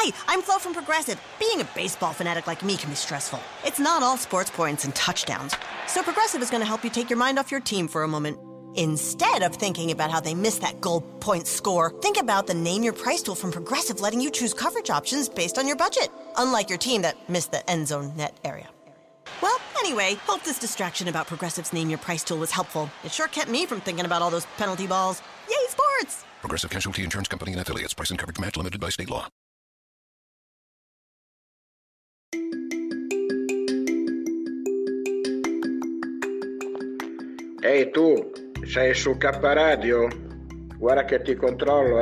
Hi, I'm Flo from Progressive. Being a baseball fanatic like me can be stressful. It's not all sports points and touchdowns. So Progressive is going to help you take your mind off your team for a moment. Instead of thinking about how they missed that goal point score, think about the Name Your Price tool from Progressive, letting you choose coverage options based on your budget. Unlike your team that missed the end zone net area. Well, anyway, hope this distraction about Progressive's Name Your Price tool was helpful. It sure kept me from thinking about all those penalty balls. Yay, sports! Progressive Casualty Insurance Company and Affiliates. Price and coverage match limited by state law. Ehi tu, sei su K Radio? Guarda che ti controllo,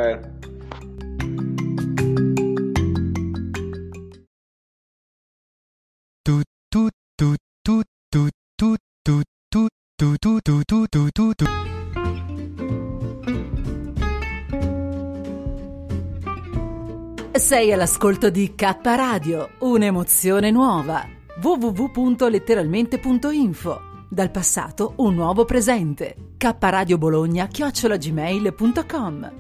Sei all'ascolto di K Radio, un'emozione nuova. www.letteralmente.info. Dal passato un nuovo presente. kradiobologna@gmail.com.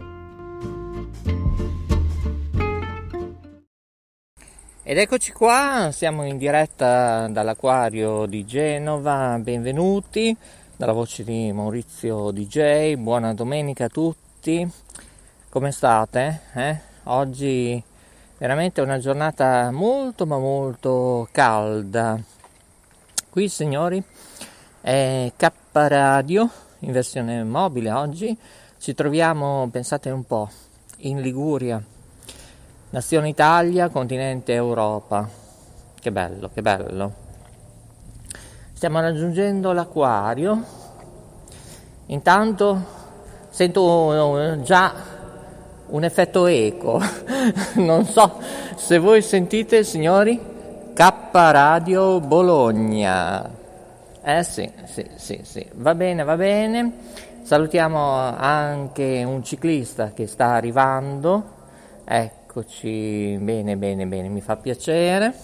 Ed eccoci qua, siamo in diretta dall'Acquario di Genova, benvenuti, dalla voce di Maurizio DJ, buona domenica a tutti, come state? Oggi veramente una giornata molto ma molto calda, qui signori è K Radio in versione mobile. Oggi ci troviamo, pensate un po', in Liguria, nazione Italia, continente Europa. Che bello, che bello. Stiamo raggiungendo l'Acquario. Intanto sento già un effetto eco. Non so se voi sentite, signori. K Radio Bologna. Sì, va bene. Salutiamo anche un ciclista che sta arrivando. Eccoci, bene, mi fa piacere.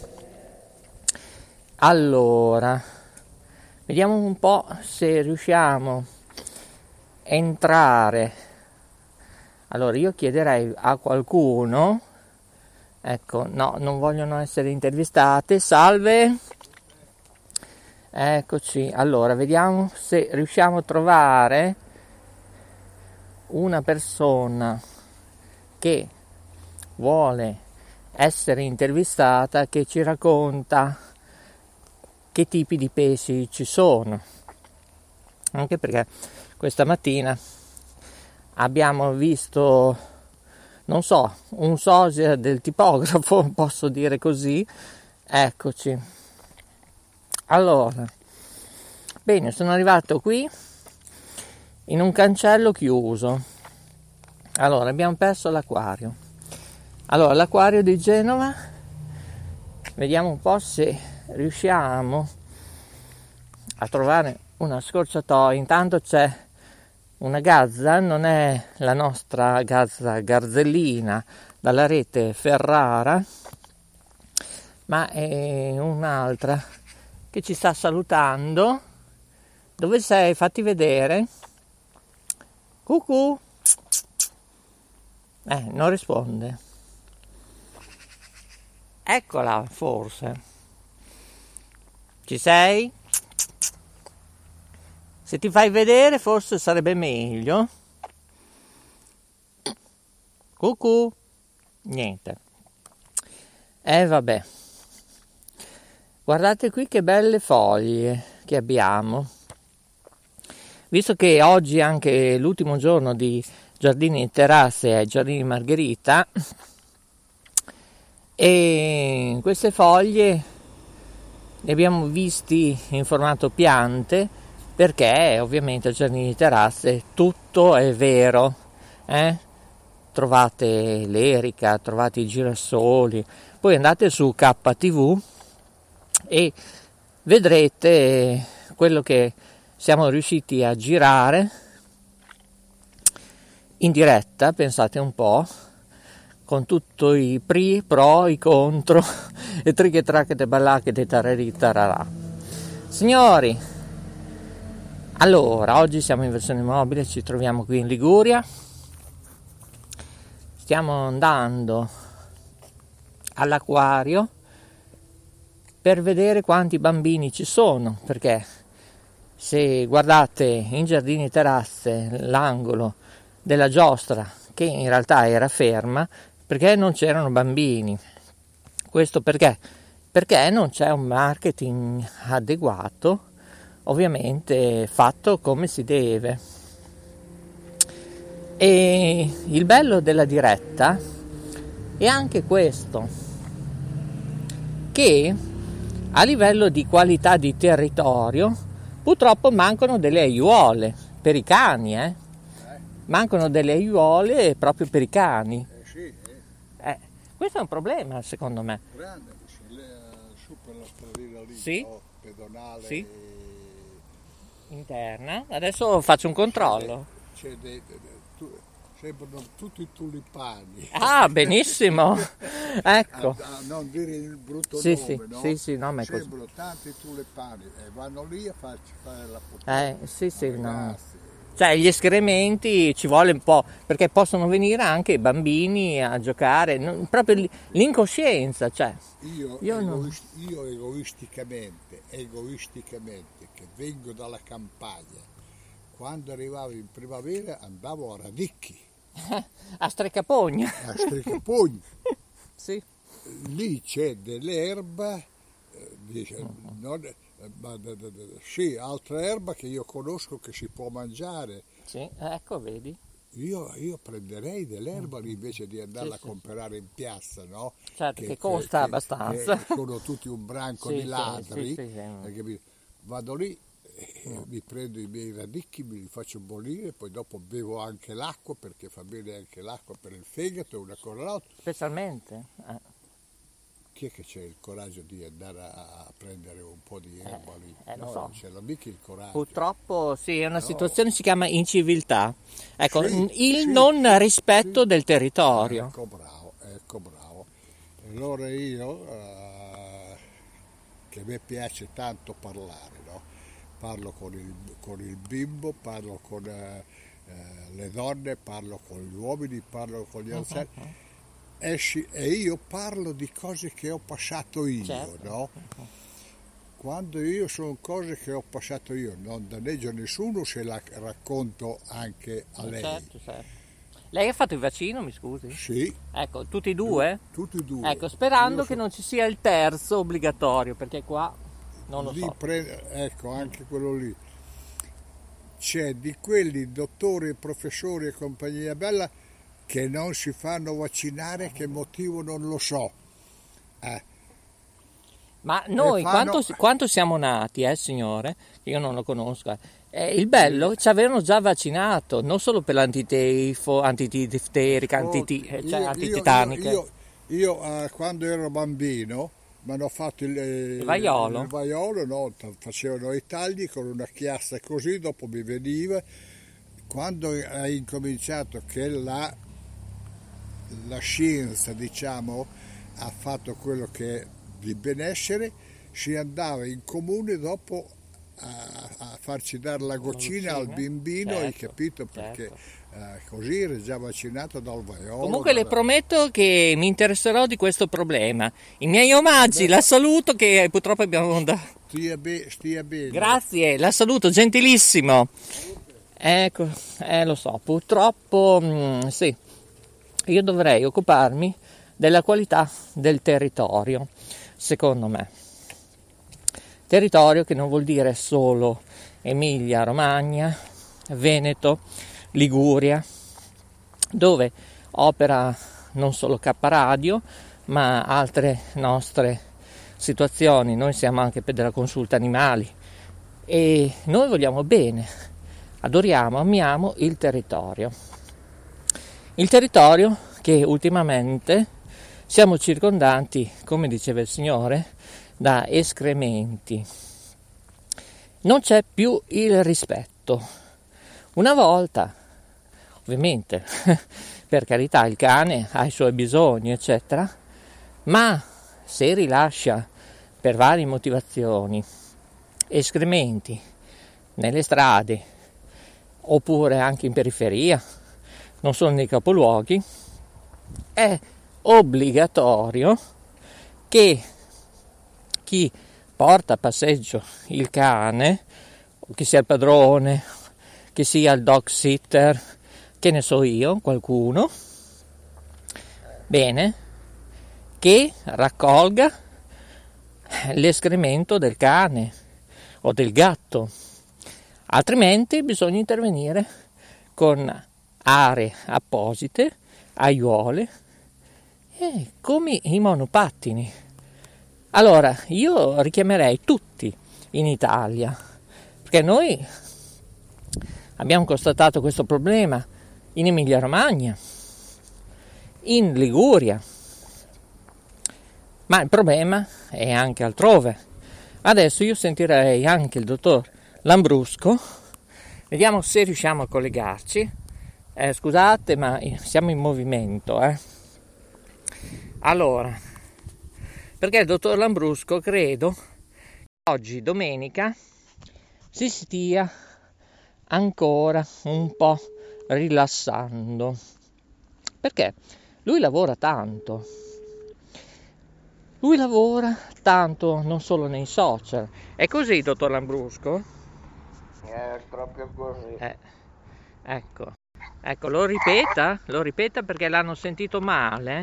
Allora, vediamo un po' se riusciamo a entrare. Allora, io chiederei a qualcuno, ecco, no, non vogliono essere intervistate, salve. Eccoci, allora vediamo se riusciamo a trovare una persona che vuole essere intervistata, che ci racconta che tipi di pesci ci sono, anche perché questa mattina abbiamo visto, non so, un sosia del tipografo, posso dire così. Eccoci. Allora, bene, sono arrivato qui in un cancello chiuso. Allora, abbiamo perso l'acquario. Allora, l'acquario di Genova, vediamo un po' se riusciamo a trovare una scorciatoia. Intanto c'è una gazza, non è la nostra gazza garzellina dalla rete Ferrara, ma è un'altra che ci sta salutando. Dove sei? Fatti vedere. Cucù. Non risponde. Eccola, forse. Ci sei? Se ti fai vedere forse sarebbe meglio. Cucù. Niente. Vabbè. Guardate qui che belle foglie che abbiamo. Visto che oggi è anche l'ultimo giorno di Giardini e Terrazze ai Giardini Margherita, e queste foglie le abbiamo visti in formato piante, perché ovviamente ai Giardini e Terrazze tutto è vero, Trovate l'erica, trovate i girasoli, poi andate su KTV e vedrete quello che siamo riusciti a girare in diretta, pensate un po', con tutto i pro, i contro, e triche tracchete ballacchete tarari tararà. Signori, allora, oggi siamo in versione mobile, ci troviamo qui in Liguria, stiamo andando all'acquario per vedere quanti bambini ci sono, perché se guardate in giardini terrazze l'angolo della giostra, che in realtà era ferma, perché non c'erano bambini. Questo perché? Perché non c'è un marketing adeguato, ovviamente fatto come si deve. E il bello della diretta è anche questo, che a livello di qualità di territorio purtroppo mancano delle aiuole per i cani, mancano delle aiuole proprio per i cani. Questo è un problema secondo me. Grande, su per la stradina lì, Sì. no? Pedonale. Sì. Interna. Adesso faccio un controllo. Sembrano tutti tulipani. Ah, benissimo. Ecco. A non dire il brutto Sì, nome, sì, no? sì, no, ma è così. Sembrano tanti tulipani e vanno lì a farci fare la puttana. Sì, no. Ragazzi. Cioè gli escrementi ci vuole un po', perché possono venire anche i bambini a giocare, proprio l'incoscienza, cioè. Io egoisticamente, che vengo dalla campagna, quando arrivavo in primavera andavo a Radicchi. A Streccapogna. A Streccapogna. Sì. Lì c'è dell'erba, sì, altra erba che io conosco che si può mangiare. Sì, ecco, vedi. Io prenderei dell'erba lì invece di andarla a comprare in piazza, no? Certo, che costa abbastanza. Che sono tutti un branco di ladri. Sì. Vado lì, mi prendo i miei radicchi, me li faccio bollire, poi dopo bevo anche l'acqua, perché fa bene anche l'acqua per il fegato e una cosa l'altra. Specialmente. Chi è che c'è il coraggio di andare a prendere un po' di erba lì? Lo so. Non c'è mica il coraggio. Purtroppo sì, è una situazione, si chiama inciviltà. Ecco, non rispetto del territorio. Ecco bravo. Allora io, che a me piace tanto parlare, no? Parlo con il bimbo, parlo con le donne, parlo con gli uomini, parlo con gli anziani. E io parlo di cose che ho passato io, certo. No? Quando io sono cose che ho passato io, non danneggio nessuno se la racconto anche a lei. Certo. Lei ha fatto il vaccino, mi scusi? Sì. Ecco, tutti e due? Tutti e due. Ecco, sperando che non ci sia il terzo obbligatorio, perché qua non lo so. Ecco, anche quello lì. C'è di quelli dottori, professori e compagnia bella che non si fanno vaccinare, che motivo non lo so. Ma noi quanto siamo nati, signore, io non lo conosco, il bello ci avevano già vaccinato, non solo per l'antiteifo, antidifterica, antitetanica. Io quando ero bambino mi hanno fatto il vaiolo, no? Facevano i tagli con una chiassa così, dopo mi veniva. Quando hai incominciato che la scienza, diciamo, ha fatto quello che è di benessere, si andava in comune dopo a farci dare la goccina al bambino, certo, hai capito? Perché così era già vaccinato dal vaiolo. Comunque le prometto che mi interesserò di questo problema. I miei omaggi, la saluto, che purtroppo abbiamo stia bene. Grazie, la saluto, gentilissimo. Ecco, lo so, purtroppo sì. Io dovrei occuparmi della qualità del territorio, secondo me. Territorio che non vuol dire solo Emilia, Romagna, Veneto, Liguria, dove opera non solo K Radio, ma altre nostre situazioni. Noi siamo anche per della consulta animali e noi vogliamo bene, adoriamo, amiamo il territorio. Il territorio che ultimamente siamo circondati, come diceva il Signore, da escrementi. Non c'è più il rispetto. Una volta, ovviamente, per carità, il cane ha i suoi bisogni, eccetera, ma se rilascia per varie motivazioni escrementi nelle strade oppure anche in periferia, non solo nei capoluoghi, è obbligatorio che chi porta a passeggio il cane, che sia il padrone, che sia il dog sitter, che ne so io, qualcuno, bene, che raccolga l'escremento del cane o del gatto, altrimenti bisogna intervenire con aree apposite, aiuole, come i monopattini. Allora, io richiamerei tutti in Italia, perché noi abbiamo constatato questo problema in Emilia-Romagna, in Liguria, ma il problema è anche altrove. Adesso io sentirei anche il dottor Lambrusco, vediamo se riusciamo a collegarci. Scusate, ma siamo in movimento, Allora, perché il dottor Lambrusco credo che oggi domenica si stia ancora un po' rilassando, perché lui lavora tanto non solo nei social. È così, dottor Lambrusco? È proprio così. Ecco, lo ripeta perché l'hanno sentito male.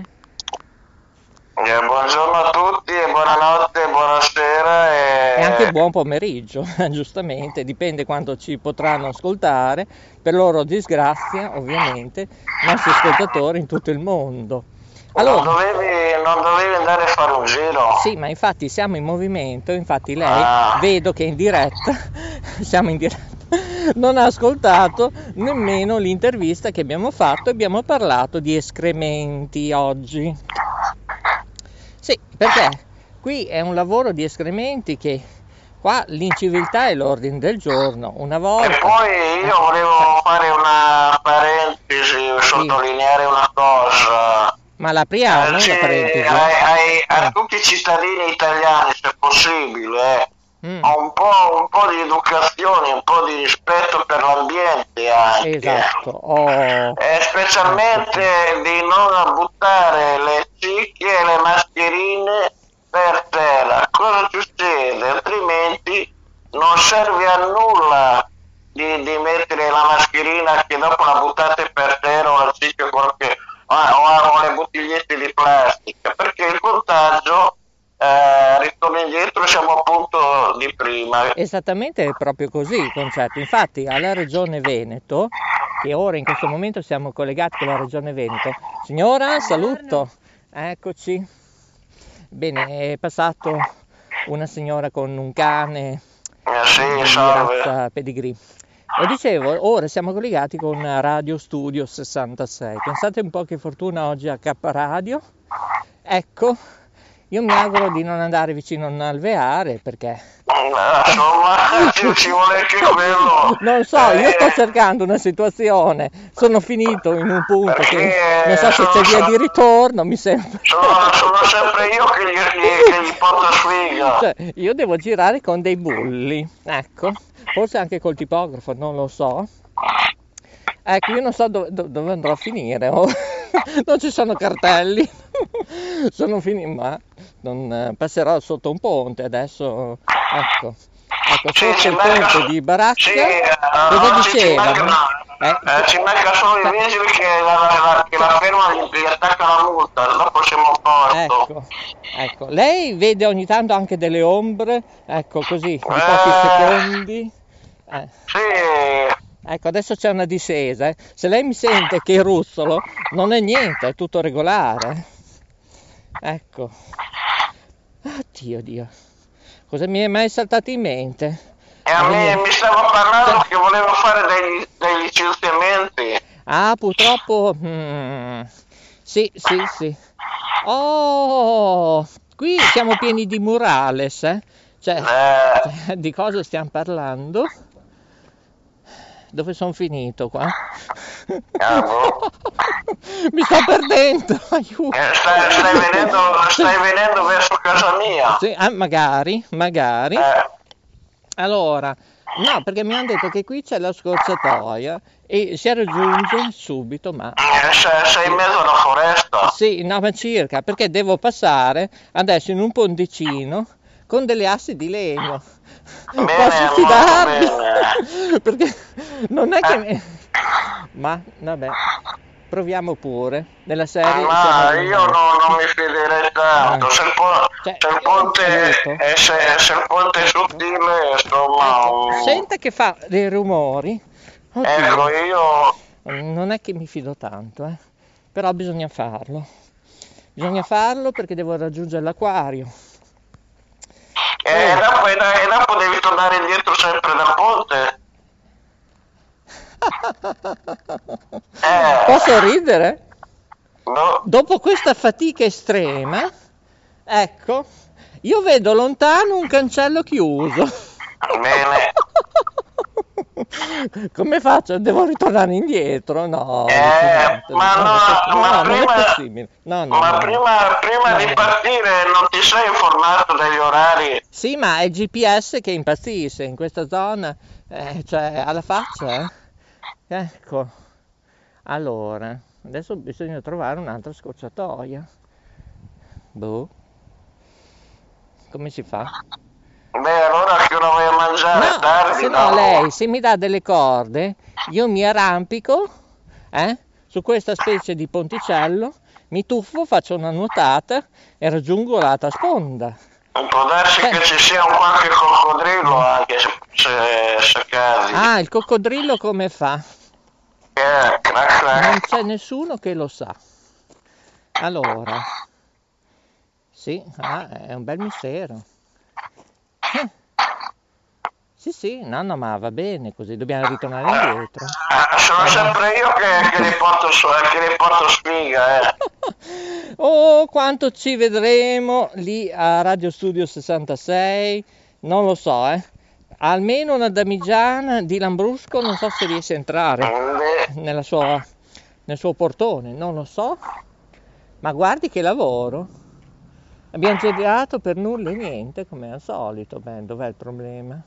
Buongiorno a tutti e buonanotte, buonasera E anche buon pomeriggio, giustamente, dipende quando ci potranno ascoltare, per loro disgrazia, ovviamente, i nostri ascoltatori in tutto il mondo. Allora, non dovevi andare a fare un giro? Sì, ma infatti siamo in movimento, infatti lei vedo che è in diretta, siamo in diretta, non ha ascoltato nemmeno l'intervista che abbiamo fatto, abbiamo parlato di escrementi oggi. Sì, perché qui è un lavoro di escrementi che qua l'inciviltà è l'ordine del giorno, una volta... E poi io volevo fare una parentesi, sottolineare una cosa. Ma l'apriamo, la parentesi? A tutti i cittadini italiani, se possibile, un po' di educazione, un po' di rispetto per l'ambiente anche. Esatto. E specialmente di non buttare le cicche e le mascherine per terra. Cosa succede? Altrimenti non serve a nulla di mettere la mascherina che dopo la buttate per terra o la cicca o le bottigliette di plastica, perché il contagio ritorna indietro, siamo al punto di prima. Esattamente, è proprio così il concetto. Infatti alla Regione Veneto, che ora in questo momento siamo collegati con la Regione Veneto. Signora, saluto, eccoci. Bene, è passato una signora con un cane di razza pedigree. E dicevo, ora siamo collegati con Radio Studio 66. Pensate un po' che fortuna oggi a K Radio. Ecco, io mi auguro di non andare vicino a un alveare, perché... Insomma, ci vuole anche quello. Non so, io sto cercando una situazione, sono finito in un punto che non so se c'è via di ritorno, mi sembra. Sono sempre io che gli porto sfiga. Cioè, io devo girare con dei bulli, ecco, forse anche col tipografo, non lo so. Ecco, io non so dove andrò a finire, non ci sono cartelli, sono finito, ma non passerò sotto un ponte adesso, ecco sotto il ponte di Baracca, cosa dicevano? Ci manca solo i vigili che la fermano e gli attacca la multa, dopo siamo a posto. Ecco, lei vede ogni tanto anche delle ombre, ecco così, di pochi secondi. Sì. Ecco, adesso c'è una discesa, se lei mi sente che russolo, non è niente, è tutto regolare. Ecco. Oddio, Dio. Cosa mi è mai saltato in mente? E a me mi stava parlando che volevo fare dei licenziamenti. Ah, purtroppo... Sì. Oh, qui siamo pieni di murales, Cioè, di cosa stiamo parlando? Dove sono finito qua? Mi sto perdendo, aiuto. Stai venendo verso casa mia. Sì, magari. Allora, No, perché mi hanno detto che qui c'è la scorciatoia e si raggiunge subito, ma... Sei in mezzo alla foresta. Sì, no, ma circa, perché devo passare adesso in un ponticino con delle assi di legno. Bene, Posso fidarmi? bene. Perché non è che... Ma, vabbè, proviamo pure. Nella serie... Ma io non mi fiderei tanto. Se il ponte è sottile, insomma... Ecco, senta che fa dei rumori. Oddio, Ecco, io... non è che mi fido tanto, però bisogna farlo. Bisogna farlo perché devo raggiungere l'acquario. E dopo devi tornare indietro sempre dal ponte. Posso ridere? No. Dopo questa fatica estrema, ecco, io vedo lontano un cancello chiuso. Bene. Come faccio? Devo ritornare indietro? No, ma non è possibile. No. Prima di partire non ti sei informato degli orari? Sì, ma è il GPS che impazzisce in questa zona, cioè alla faccia, Ecco, allora, adesso bisogna trovare un'altra scorciatoia. Boh, come si fa? Beh, allora che ora vai a mangiare? No, Tardi, se no lei, se mi dà delle corde, io mi arrampico, su questa specie di ponticello, mi tuffo, faccio una nuotata e raggiungo l'altra sponda. Può darsi che ci sia un qualche coccodrillo anche, se casi. Ah, il coccodrillo come fa? Non c'è nessuno che lo sa. Allora, sì, è un bel mistero. Sì, no, ma va bene, così dobbiamo ritornare indietro. Sono sempre io che riporto sfiga, Oh, quanto ci vedremo lì a Radio Studio 66, non lo so, Almeno una damigiana di Lambrusco, non so se riesce a entrare nel suo portone, non lo so. Ma guardi che lavoro. Abbiamo girato per nulla e niente, come al solito. Beh, dov'è il problema?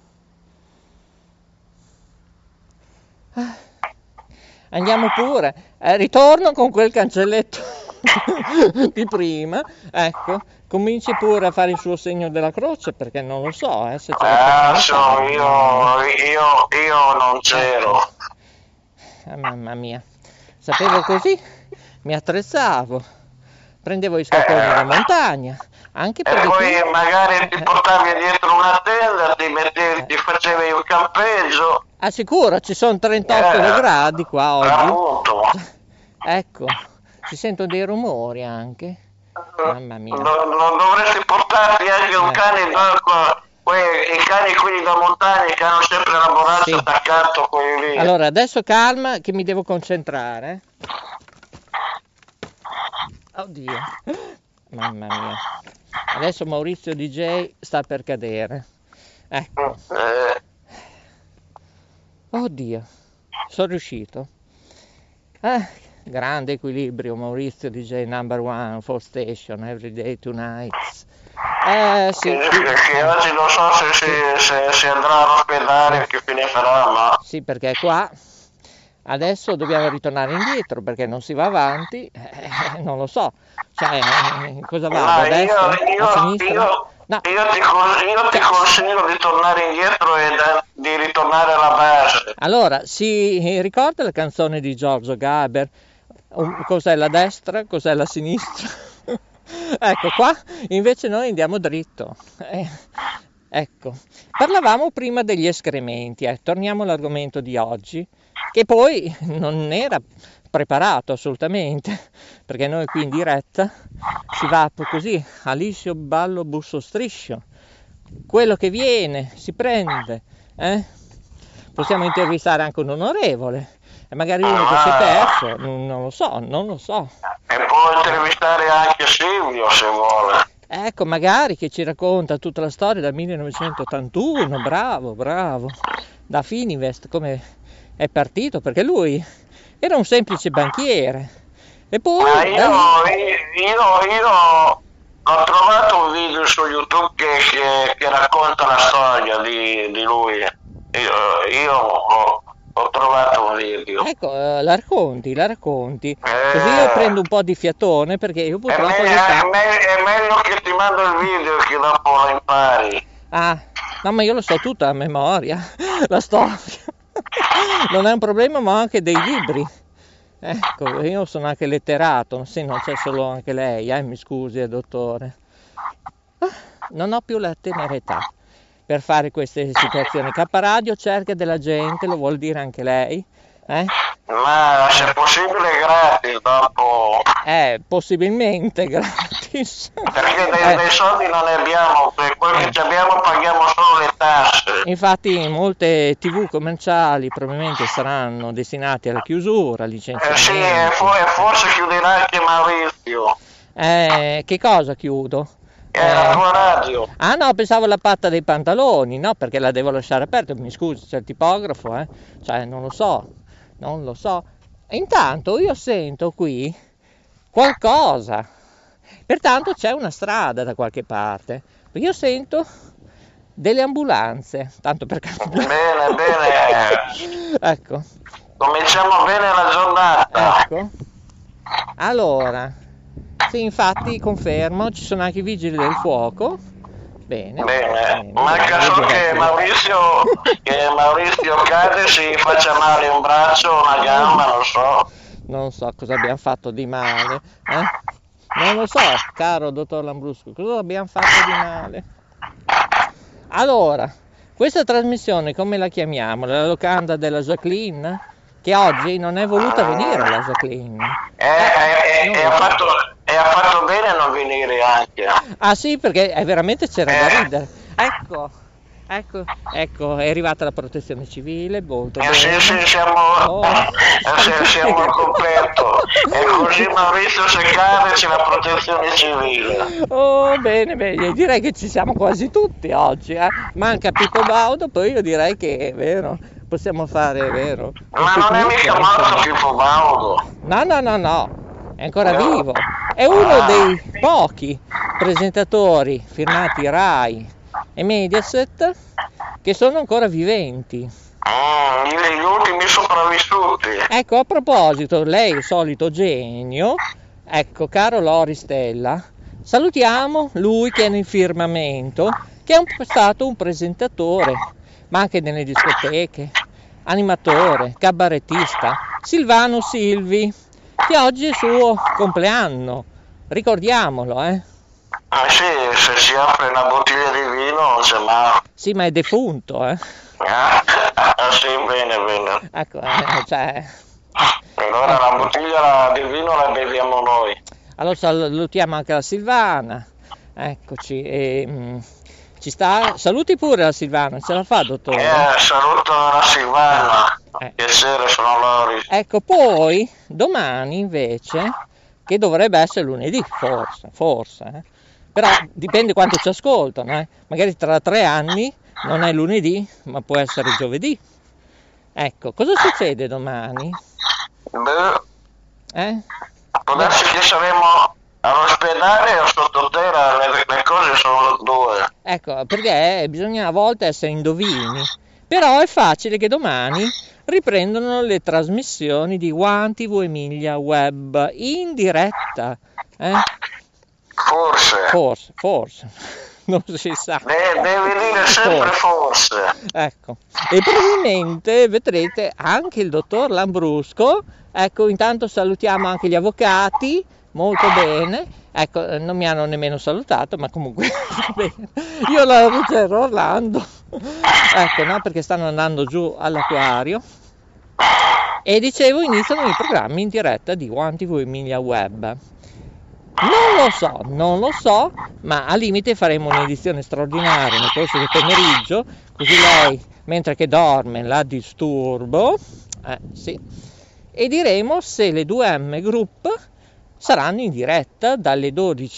Andiamo pure. Ritorno con quel cancelletto di prima. Ecco, cominci pure a fare il suo segno della croce, perché non lo so, se ce la facciamo. Io non c'ero. Mamma mia. Sapevo così, mi attrezzavo. Prendevo i scarponi da montagna. Anche perché e poi magari ti portavi dietro una tenda, ti facevi il campeggio. Sicuro, ci sono 38 gradi qua oggi. Appunto. Ecco, si sentono dei rumori anche. Mamma mia. Non dovresti portarti anche un cane, i cani quelli da montagna che hanno sempre la borraccia attaccato quelli lì. Allora, adesso calma che mi devo concentrare. Oddio. Mamma mia. Adesso Maurizio DJ sta per cadere. Ecco. Oddio. Sono riuscito. Grande equilibrio, Maurizio DJ number one for station, every day, tonight. Sì. Che oggi non so se andrà all'ospedale, che fine farà, ma... Sì, perché qua adesso dobbiamo ritornare indietro, perché non si va avanti, non lo so. Cioè, cosa va? A destra? A sinistra? No. Io ti consiglio di tornare indietro e di ritornare alla base. Allora, si ricorda la canzone di Giorgio Gaber? Cos'è la destra? Cos'è la sinistra? Ecco, qua invece noi andiamo dritto. Ecco, parlavamo prima degli escrementi, torniamo all'argomento di oggi, che poi non era preparato assolutamente, perché noi qui in diretta si va così, a liscio, ballo, busso, striscio, quello che viene si prende, Possiamo intervistare anche un onorevole, e magari uno che si è perso, non lo so. E può intervistare anche Silvio se vuole. Ecco, magari che ci racconta tutta la storia dal 1981, bravo, da Fininvest, come è partito, perché lui era un semplice banchiere. E poi... Ma io ho trovato un video su YouTube che racconta la storia di lui. Io ho trovato un video. Ecco, la racconti, così io prendo un po' di fiatone, perché io È purtroppo... meglio che ti mando il video che dopo lo impari. Ah, no, ma io lo so tutta a memoria, la storia. Non è un problema, ma ho anche dei libri. Ecco, io sono anche letterato, sì, non c'è solo anche lei, mi scusi, dottore. Non ho più la tenerità per fare queste situazioni. K-Radio cerca della gente, lo vuol dire anche lei? Ma se possibile gratis dopo. Possibilmente gratis. Perché dei soldi non ne abbiamo, per quel che ci abbiamo paghiamo solo le tasse. Infatti molte TV commerciali probabilmente saranno destinate alla chiusura, licenziamento. Sì, e forse chiuderà anche Maurizio. Che cosa chiudo? La tua radio. Ah no, pensavo alla patta dei pantaloni, no, perché la devo lasciare aperta, mi scusi, c'è il tipografo, cioè non lo so. E intanto io sento qui qualcosa, pertanto c'è una strada da qualche parte, perché io sento delle ambulanze, tanto per cambiare. Bene. Ecco. Cominciamo bene la giornata. Ecco. Allora, sì, infatti confermo, ci sono anche i vigili del fuoco. Bene. Manca solo che Maurizio cade, si faccia male un braccio, una gamba, non so cosa abbiamo fatto di male, non lo so, caro dottor Lambrusco, cosa abbiamo fatto di male. Allora, questa trasmissione come la chiamiamo? La locanda della Jacqueline? Che oggi non è voluta venire la Jacqueline. Ha fatto bene a non venire anche. Ah sì, perché veramente c'era da ridere. Ecco, è arrivata la protezione civile, molto bene. Sì, siamo al completo. E così Maurizio se cade c'è la protezione civile. Oh, bene, direi che ci siamo quasi tutti oggi, Manca Pippo Baudo, poi io direi che è vero, possiamo fare, vero? Ma non è mica morto Pippo Baudo. No, è ancora vivo. È uno dei pochi presentatori firmati Rai e Mediaset che sono ancora viventi. Gli ultimi sopravvissuti. Ecco, a proposito, lei il solito genio, ecco, caro Lori Stella, salutiamo lui che è nel firmamento, che è stato un presentatore, ma anche nelle discoteche, animatore, cabarettista, Silvano Silvi, che oggi è il suo compleanno, ricordiamolo, Sì, se si apre una bottiglia di vino non c'è male. Sì, ma è defunto, Sì, bene. Ecco, allora la bottiglia di vino la beviamo noi. Allora salutiamo anche la Silvana, eccoci, ci sta, saluti pure la Silvana, ce la fa dottore? Saluto la Silvana, piacere, sono Lori. Ecco, poi domani invece, che dovrebbe essere lunedì, forse, però dipende quanto ci ascoltano, magari tra 3 anni non è lunedì, ma può essere giovedì. Ecco, cosa succede domani? Può darsi che saremo all'ospedale o sottoterra, le cose sono 2. Ecco, perché bisogna a volte essere indovini, però è facile che domani riprendono le trasmissioni di One TV Emilia Web in diretta, Forse, non si sa. Devi dire sempre forse. Ecco, e probabilmente vedrete anche il dottor Lambrusco. Ecco, intanto salutiamo anche gli avvocati, molto bene. Ecco, non mi hanno nemmeno salutato, ma comunque va bene. Io la Ruggero Orlando, ecco, no, perché stanno andando giù all'acquario. E dicevo, iniziano i programmi in diretta di One TV Emilia Web. Non lo so, ma al limite faremo un'edizione straordinaria nel corso del pomeriggio, così lei, mentre che dorme, la disturbo, sì, e diremo se le 2M Group saranno in diretta dalle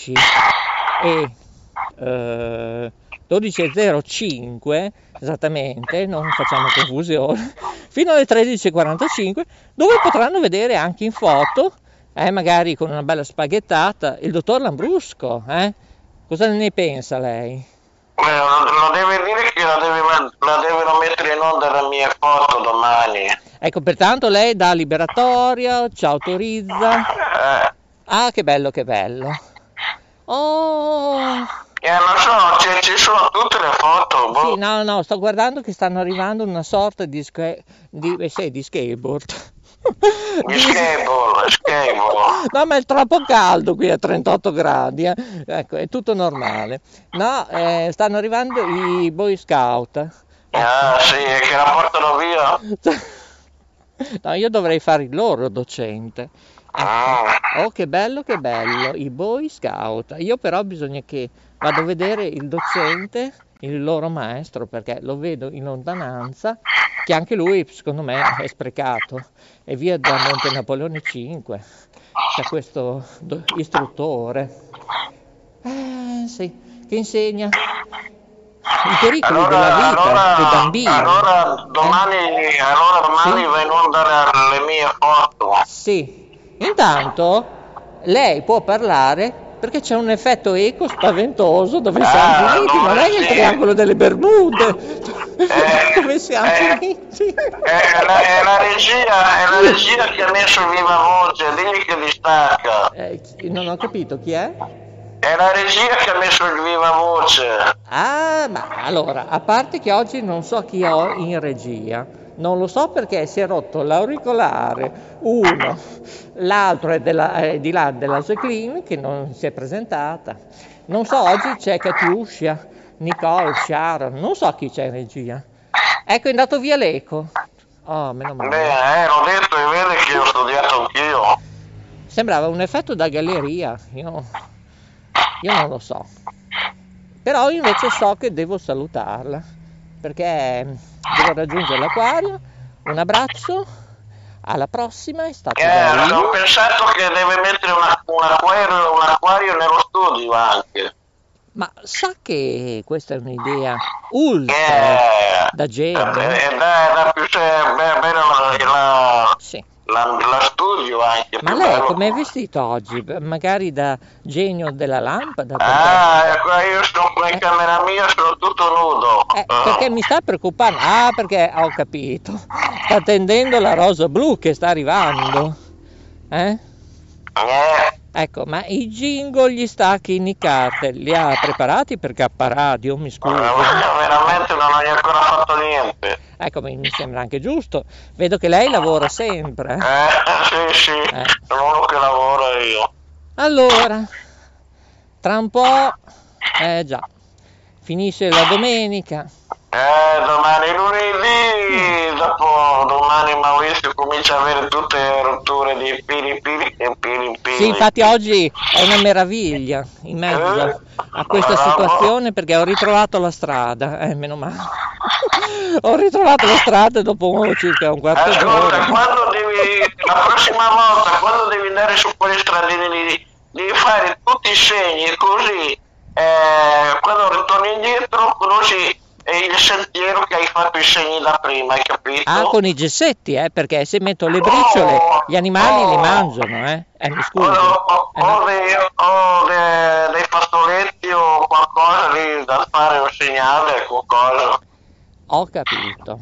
12.05 esattamente, non facciamo confusione, fino alle 13.45, dove potranno vedere anche in foto, magari con una bella spaghettata, il dottor Lambrusco, cosa ne pensa lei? Lo deve dire che la devono mettere in onda le mie foto domani. Ecco, pertanto lei dà liberatoria, ci autorizza. Ah, che bello, che bello. Oh. Non so, ci sono tutte le foto. Sì, no, sto guardando che stanno arrivando una sorta di skateboard. Skateboard. No, ma è troppo caldo qui a 38 gradi, Ecco, è tutto normale. No, stanno arrivando i Boy Scout. Ah, sì, che la portano via. No, io dovrei fare il loro docente. Ecco. Oh, che bello, i Boy Scout. Io però bisogna che vado a vedere il docente, il loro maestro, perché lo vedo in lontananza, che anche lui, secondo me, è sprecato. E via da Monte Napoleone 5 c'è questo istruttore. Sì, che insegna i pericoli della vita dei bambini. Allora domani Sì? va in onda le mie foto. Sì, intanto lei può parlare perché c'è un effetto eco spaventoso dove siamo finiti, non è il triangolo delle Bermude, dove siamo finiti. È la regia che ha messo il viva voce, digli che distacca. Non ho capito chi è? È la regia che ha messo il viva voce. Ah, ma allora, a parte che oggi non so chi ho in regia, non lo so perché si è rotto l'auricolare, uno, l'altro è di là della Jacqueline che non si è presentata, non so, oggi c'è Katiuscia, Nicole, Sharon, non so chi c'è in regia. Ecco, è andato via l'eco. Oh, meno male. Beh, l'ho detto e vede che ho studiato anch'io. Sembrava un effetto da galleria, io non lo so. Però invece so che devo salutarla, perché devo raggiungere l'acquario. Un abbraccio, alla prossima, è stato bello. Ho pensato che deve mettere un acquario nello studio anche. Ma sa che questa è un'idea ultra da genio? Da più bella Sì. la studio anche. Ma lei com'è vestito oggi? Magari da genio della lampada? Io sto qua in camera mia, sono tutto nudo. Perché mi sta preoccupando. Ah, perché ho capito. Sta tendendo la rosa blu che sta arrivando. Ecco, ma i jingle, gli stacchi, i nicate, li ha preparati per K Radio? Mi scusi. Veramente non ho ancora fatto niente. Ecco, mi sembra anche giusto. Vedo che lei lavora sempre. Sì, sono uno che lavora io. Allora, tra un po', già, finisce la domenica. Domani lunedì, dopo domani Maurizio comincia a avere tutte le rotture di pili. Sì, infatti oggi è una meraviglia in mezzo a questa situazione, perché ho ritrovato la strada, meno male. Ho ritrovato la strada dopo circa un quarto d'ora. Ascolta, la prossima volta, quando devi andare su quelle stradine lì, devi fare tutti i segni, così quando ritorni indietro conosci il sentiero che hai fatto i segni da prima, hai capito? Ah, con i gessetti, perché se metto le briciole gli animali li mangiano, mi scusi. O dei fazzoletti o qualcosa lì da fare, un segnale, qualcosa. Ho capito.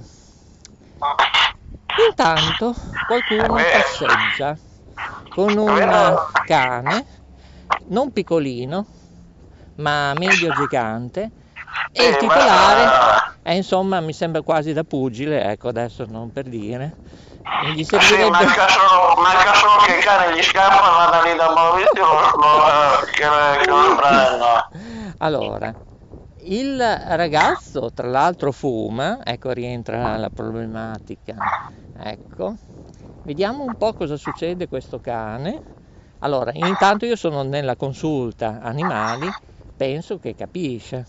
Intanto qualcuno passeggia con un cane, non piccolino, ma medio gigante, e il titolare è, insomma, mi sembra quasi da pugile, ecco, adesso non per dire. Gli servirebbe... manca solo che il cane gli scappa, vada lì da Maurizio che lo prenda. Allora, il ragazzo tra l'altro fuma, ecco, rientra la problematica, ecco, vediamo un po' cosa succede a questo cane. Allora, intanto io sono nella consulta animali, penso che capisce.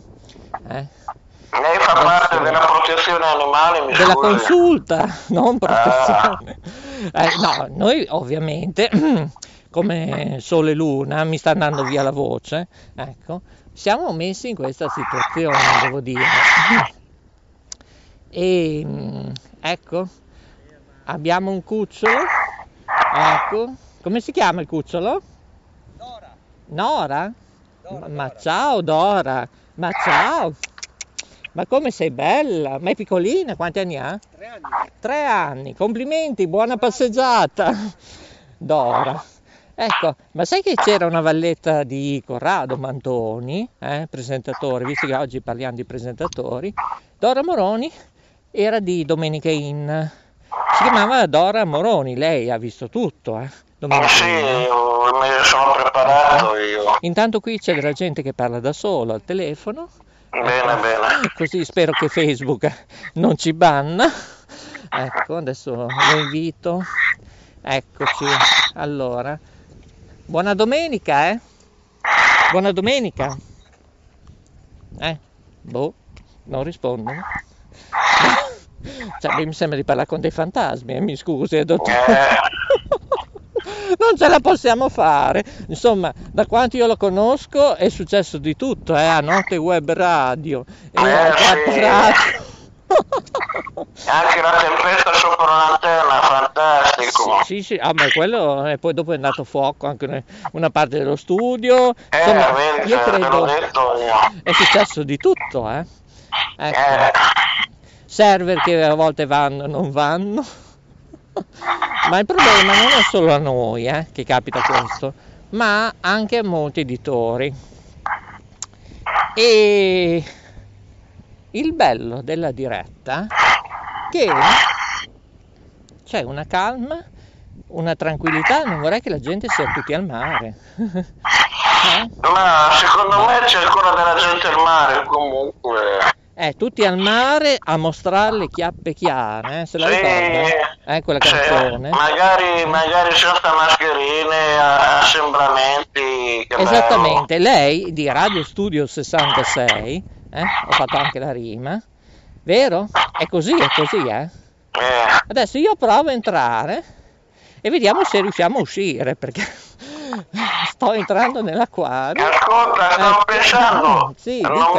Lei fa parte della protezione animale, mi della scusi. Consulta, non protezione. No, noi ovviamente, come Sole e Luna, mi sta andando via la voce, ecco, siamo messi in questa situazione, devo dire. E ecco, abbiamo un cucciolo, ecco, come si chiama il cucciolo? Nora? Ma ciao Dora, Ma ciao! Ma come sei bella! Ma è piccolina, quanti anni ha? 3 anni. 3 anni, complimenti, buona passeggiata! Dora. Ecco, ma sai che c'era una valletta di Corrado Mantoni, presentatore, visto che oggi parliamo di presentatori, Dora Moroni era di Domenica In, si chiamava Dora Moroni, lei ha visto tutto, Domenica Sì, In. me sono preparato io. Intanto qui c'è della gente che parla da solo al telefono, Bene, bene. così spero che Facebook non ci banna. Ecco, adesso lo invito, eccoci, allora... Buona domenica, Buona domenica. Boh, non rispondono. Cioè, mi sembra di parlare con dei fantasmi, mi scusi, dottore. Non ce la possiamo fare. Insomma, da quanto io lo conosco è successo di tutto, a Notte Web Radio e a Sì. Radio. Anche la tempesta sopra un'antenna, fantastico. Sì, ma quello, e poi dopo è andato a fuoco anche una parte dello studio. Insomma, Vedi, io te l'ho credo detto io. è successo di tutto, Ecco. Server che a volte vanno e non vanno. Ma il problema non è solo a noi, che capita questo, ma anche a molti editori. E il bello della diretta è che c'è una calma, una tranquillità, non vorrei che la gente sia tutti al mare. Ma secondo me c'è ancora della gente al mare comunque. Tutti al mare a mostrare le chiappe chiare, se la Sì, ricorda? Quella canzone. magari senza mascherine, assembramenti. Che Esattamente, lei di Radio Studio 66, ho fatto anche la rima, vero? È così, Adesso io provo a entrare e vediamo se riusciamo a uscire, perché sto entrando nell'acquario. Ascolta, stavo pensando, Sì, non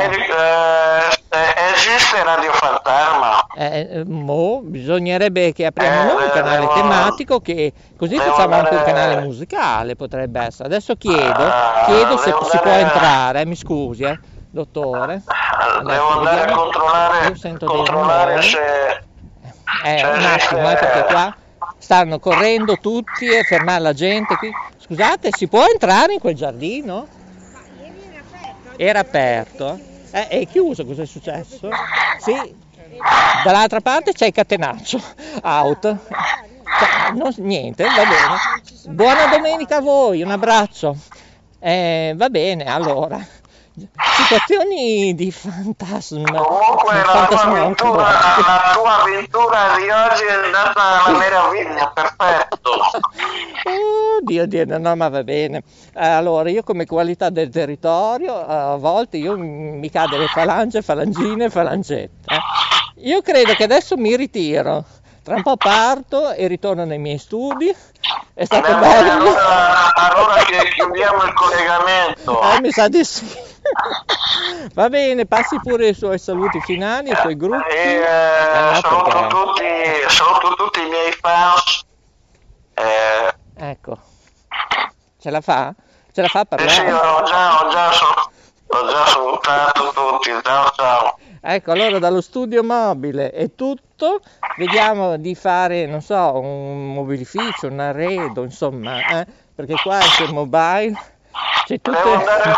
esiste Radio Fantasma? Bisognerebbe che apriamo noi un canale tematico, che così facciamo anche un canale musicale, potrebbe essere. Adesso chiedo se si può entrare, mi scusi, dottore. Devo andare a controllare se... un attimo, perché qua stanno correndo tutti e fermare la gente qui. Scusate, si può entrare in quel giardino? Era aperto? È chiuso, cosa è successo? Sì, dall'altra parte c'è il catenaccio, out. Niente, va bene. Buona domenica a voi, un abbraccio. Va bene, allora. Situazioni di fantasma. Comunque la tua avventura di oggi è andata alla meraviglia, perfetto. Dio, no, ma va bene. Allora, io come qualità del territorio, a volte mi cade le falangine, falangette. Io credo che adesso mi ritiro. Tra un po' parto e ritorno nei miei studi. È stato bello. Allora che chiudiamo il collegamento. Mi sa di sì. Va bene, passi pure i suoi saluti finali, i suoi gruppi. Saluto tutti i miei fans. Ecco. Ce la fa? Ce la fa a parlare? Sì, ho già salutato tutti. Ciao. Ecco, allora dallo studio mobile è tutto. Vediamo di fare, non so, un mobilificio, un arredo, insomma, perché qua c'è il mobile, c'è tutto. Devo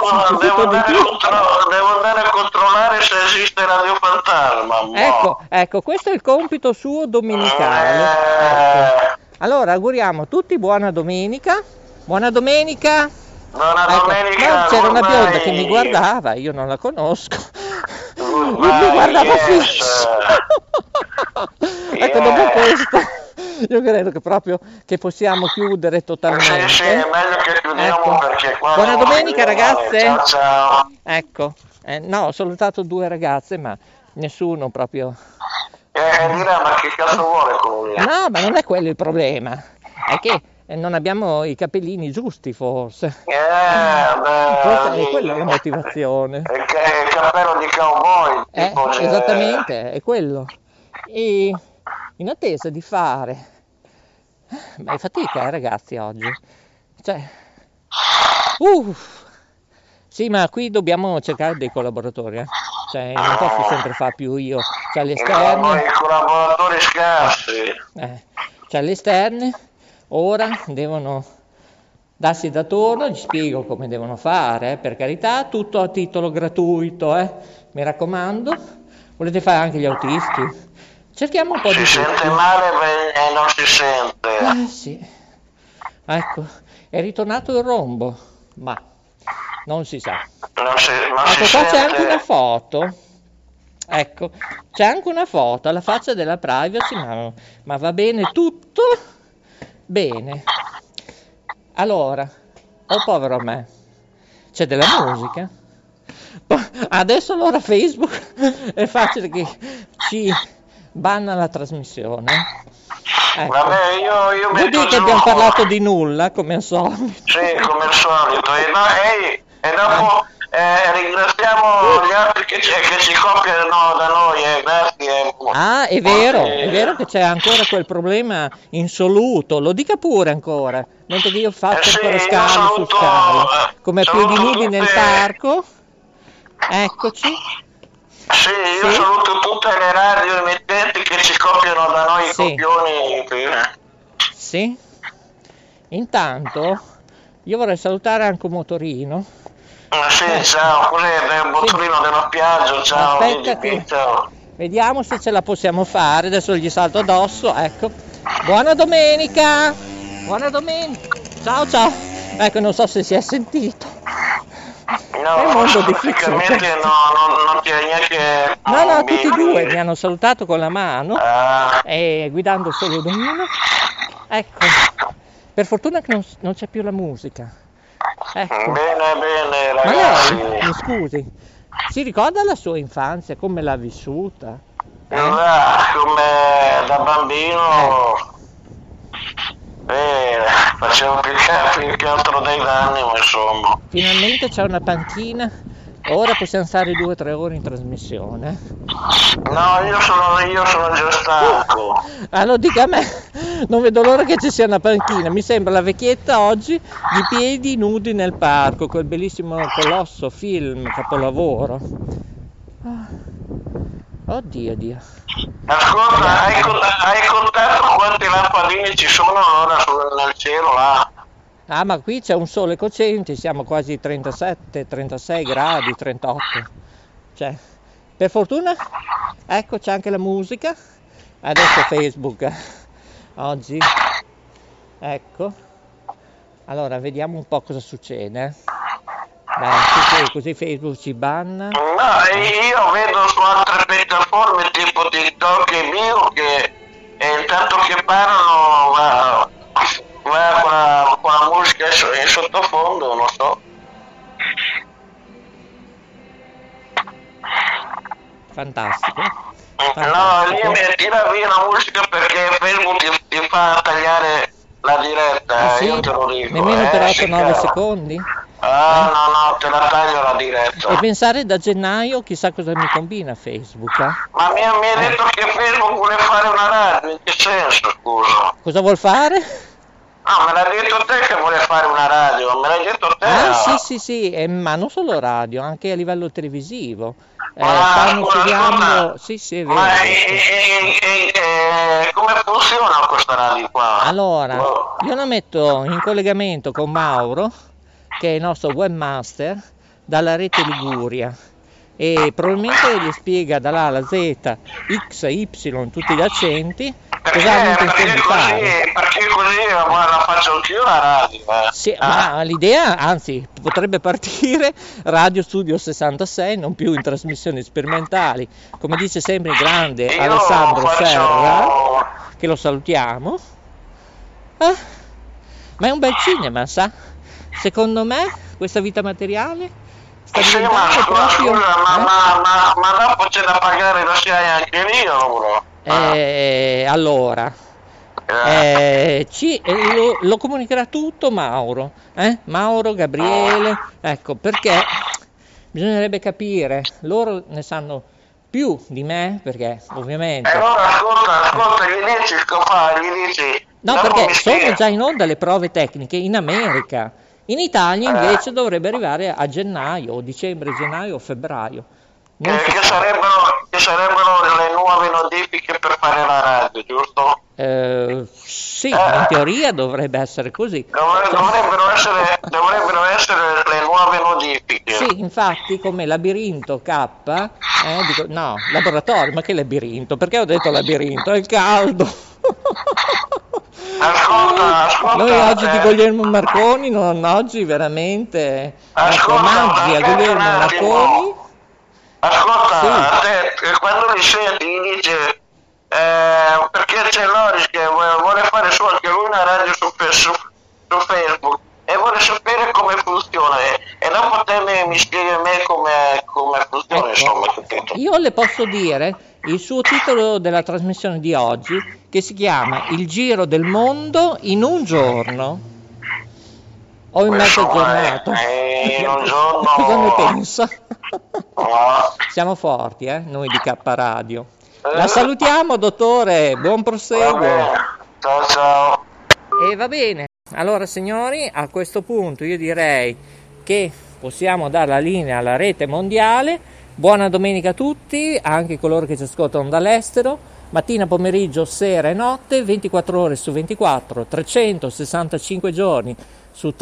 andare a controllare se esiste Radio Fantasma. Ecco, questo è il compito suo domenicale. Ecco. Allora, auguriamo tutti buona domenica. Buona domenica. Domenica. C'era una bionda che mi guardava, io non la conosco. Mi guardava fisso. Ecco, dopo questo io credo che proprio che possiamo chiudere totalmente. Sì, è meglio che chiudiamo, perché qua buona domenica, ragazze. Ciao. Ecco, no, ho salutato 2 ragazze, ma nessuno proprio. Dirà, ma che cazzo vuole con lui? No, ma non è quello il problema, è che non abbiamo i capellini giusti, forse. Questa è quella la motivazione. Il cappello di cowboy. Esattamente, è quello. E in attesa di fare... Ma è fatica, ragazzi, oggi. Cioè... Sì, ma qui dobbiamo cercare dei collaboratori, cioè non posso sempre fare più io, c'è le esterne. I collaboratori scarsi. C'è le esterne, ora devono darsi da torno, gli spiego come devono fare, per carità, tutto a titolo gratuito, mi raccomando. Volete fare anche gli autisti? Cerchiamo un po' di Si tutti. sente male e non si sente. Sì, ecco, è ritornato il rombo, ma non si sa. Non si Ecco, qua c'è sente. anche una foto. Ecco, c'è anche una foto alla faccia della privacy, ma va bene tutto? Bene. Allora, povero me, c'è della musica? Adesso allora Facebook è facile che ci banna la trasmissione. Ecco. Vabbè, io Vuol dire metto che giù. abbiamo parlato di nulla, come al solito. Sì, come al solito. E dopo ringraziamo gli altri che ci copiano da noi, grazie. Ah, è vero che c'è ancora quel problema insoluto, lo dica pure ancora, mentre che io faccio Sì, ancora io scale su saluto- scale, come a piedi saluto nudi nel tutte- parco. Eccoci. Sì, io Sì. saluto tutte le radio emittenti che ci copiano da noi, i Sì. copioni. Sì. Intanto io vorrei salutare anche un motorino. Sì, ciao, cos'è il motorino della spiaggia, ciao, Aspetta Gigi, che- ciao. Vediamo se ce la possiamo fare, adesso gli salto addosso, ecco. Buona domenica! Buona domenica! Ciao ciao! Ecco, non so se si è sentito. No, È un mondo difficile. praticamente non ti è neanche... No, tutti e due mi hanno salutato con la mano Ah, e guidando solo ad ognuno. Ecco, per fortuna che non c'è più la musica. Ecco. bene, Ma ragazzi. lei, mi scusi, si ricorda la sua infanzia, come l'ha vissuta? Come da bambino facevo più che altro dei danni, ma insomma. Finalmente c'è una panchina, ora possiamo stare 2 o 3 ore in trasmissione. No, io sono già stanco. Allora dica a me, non vedo l'ora che ci sia una panchina, mi sembra la vecchietta oggi di piedi nudi nel parco, quel bellissimo colosso film, capolavoro. Oddio Dio. Ascolta, hai contato quanti lampadini ci sono allora nel cielo là? Ah, ma qui c'è un sole cocente, siamo quasi 37, 36 gradi, 38. Cioè, per fortuna, ecco c'è anche la musica. Adesso Facebook, oggi. Ecco. Allora, vediamo un po' cosa succede. Dai, così Facebook ci banna. No, io vedo su altre piattaforme tipo TikTok e mio che intanto che parlano va con la musica in sottofondo, non so. Fantastico. No, lì mi tira via la musica perché Facebook ti fa tagliare la diretta, Ah, sì? io te lo dico. Nemmeno per sì, 8-9 caro. secondi? No, te la taglio la diretta. E pensare da gennaio chissà cosa mi combina Facebook. Ma mi ha detto che Facebook vuole fare una radio, in che senso, scusa? Cosa vuol fare? Ah, me l'hai detto te che vuole fare una radio, me l'hai detto te? Ah, sì, ma non solo radio, anche a livello televisivo. Ma Stanno scusa, studiando... Sì, è vero. Ma questo. come funziona questa radio qua? Allora, Boh. io la metto in collegamento con Mauro, che è il nostro webmaster, dalla rete Liguria. E probabilmente gli spiega dall'A alla Z, X, Y, tutti gli accenti, cosa hanno intenzione di fare. Perché così la faccio anch'io la radio. Sì, ma l'idea, anzi, potrebbe partire Radio Studio 66, non più in trasmissioni sperimentali, come dice sempre il grande Io Alessandro faccio- Serra, che lo salutiamo. Ma è un bel cinema, sa? Secondo me, questa vita materiale sta Sì, ma diventando proprio... ma dopo c'è da pagare lo SIAE anche lì, allora? Allora, lo comunicherà tutto Mauro, Mauro, Gabriele, ecco, perché bisognerebbe capire, loro ne sanno più di me, perché ovviamente... allora ascolta, gli dici, No, dopo perché mi sono spiega. già in onda le prove tecniche in America, In Italia invece dovrebbe arrivare a gennaio, dicembre, gennaio o febbraio. Che sarebbero le nuove notifiche per fare la radio, giusto? Sì, in teoria dovrebbe essere così. Dovrebbero essere le nuove notifiche. Sì, infatti, come Labirinto K, no, laboratorio, ma che labirinto? Perché ho detto labirinto? È il caldo. Ascolta. Noi oggi di Guglielmo Marconi, non oggi veramente. Omaggi a Guglielmo Marconi. Ascolta, Sì. a te, quando li senti gli dice perché c'è Loris che vuole fare su anche lui una radio su Facebook e vuole sapere come funziona e dopo te mi spieghi a me come funziona, insomma, capito? Io le posso dire il suo titolo della trasmissione di oggi, che si chiama Il giro del mondo in un giorno o in mezza giornata. In un giorno. Cosa ne pensa? No. Siamo forti, noi di K Radio. La salutiamo, dottore, buon Va proseguo. bene. Ciao. E va bene. Allora, signori, a questo punto io direi che possiamo dare la linea alla rete mondiale. Buona domenica a tutti, anche coloro che ci ascoltano dall'estero. Mattina, pomeriggio, sera e notte, 24 ore su 24, 365 giorni su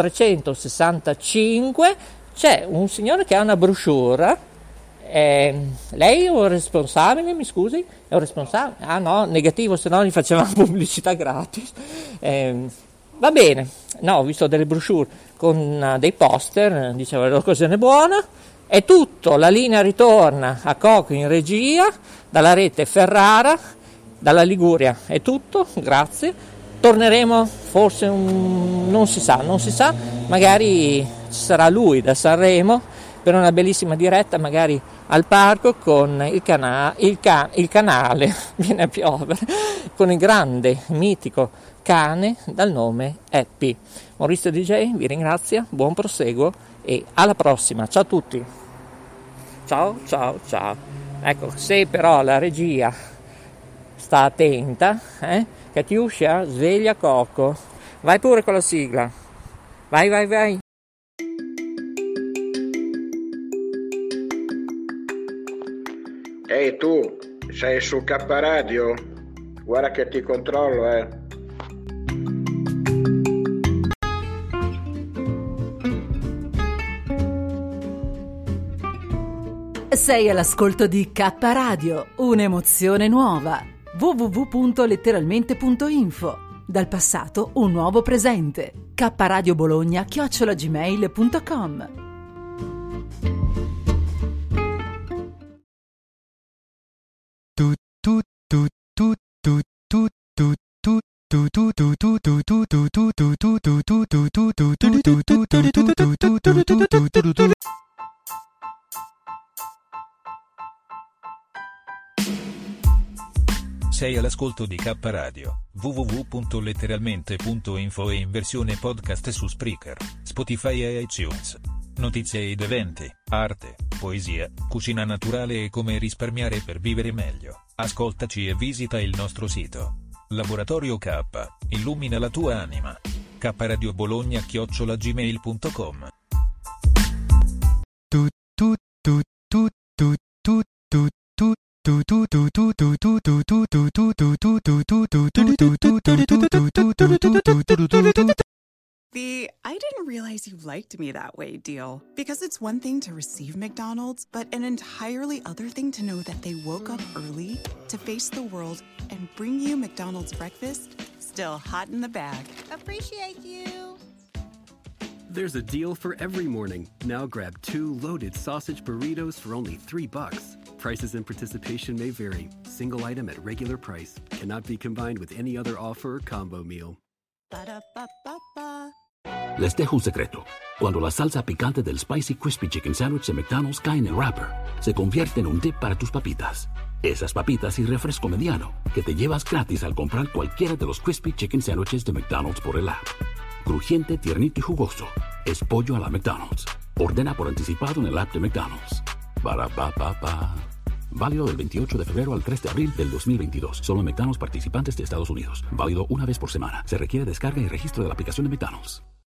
365. C'è un signore che ha una brochure. Lei è un responsabile, mi scusi? È un responsabile? Ah no, negativo, se no gli facevamo pubblicità gratis. Va bene, no, ho visto delle brochure con dei poster, diceva l'occasione buona. È tutto, la linea ritorna a Coco in regia, dalla rete Ferrara, dalla Liguria. È tutto, grazie. Torneremo forse, non si sa, magari ci sarà lui da Sanremo per una bellissima diretta, magari al parco con il canale, viene a piovere, con il grande, mitico cane dal nome Happy. Maurizio DJ vi ringrazia, buon proseguo e alla prossima, ciao a tutti. Ciao. Ecco, se però la regia sta attenta, Catiuscia, sveglia Coco, vai pure con la sigla, vai. Ehi tu, sei su K Radio? Guarda che ti controllo, Sei all'ascolto di K Radio, un'emozione nuova. www.letteralmente.info. Dal passato un nuovo presente. kradiobologna@gmail.com. Sei all'ascolto di K Radio, www.letteralmente.info e in versione podcast su Spreaker, Spotify e iTunes. Notizie ed eventi, arte, poesia, cucina naturale e come risparmiare per vivere meglio. Ascoltaci e visita il nostro sito. Laboratorio K, illumina la tua anima. kradiobologna@gmail.com. I didn't realize you liked me that way deal. Because it's one thing to receive McDonald's, but an entirely other thing to know that they woke up early to face the world and bring you McDonald's breakfast still hot in the bag. Appreciate you. There's a deal for every morning. Now grab 2 loaded sausage burritos for only $3. Prices and participation may vary. Single item at regular price. Cannot be combined with any other offer or combo meal. Ba-da-ba-ba-ba. Les dejo un secreto. Cuando la salsa picante del Spicy Crispy Chicken Sandwich de McDonald's cae en el wrapper, se convierte en un dip para tus papitas. Esas papitas y refresco mediano que te llevas gratis al comprar cualquiera de los Crispy Chicken Sandwiches de McDonald's por el app. Crujiente, tiernito y jugoso. Es pollo a la McDonald's. Ordena por anticipado en el app de McDonald's. Ba-da-ba-ba-ba. Válido del 28 de febrero al 3 de abril del 2022. Solo en McDonald's participantes de Estados Unidos. Válido una vez por semana. Se requiere descarga y registro de la aplicación de McDonald's.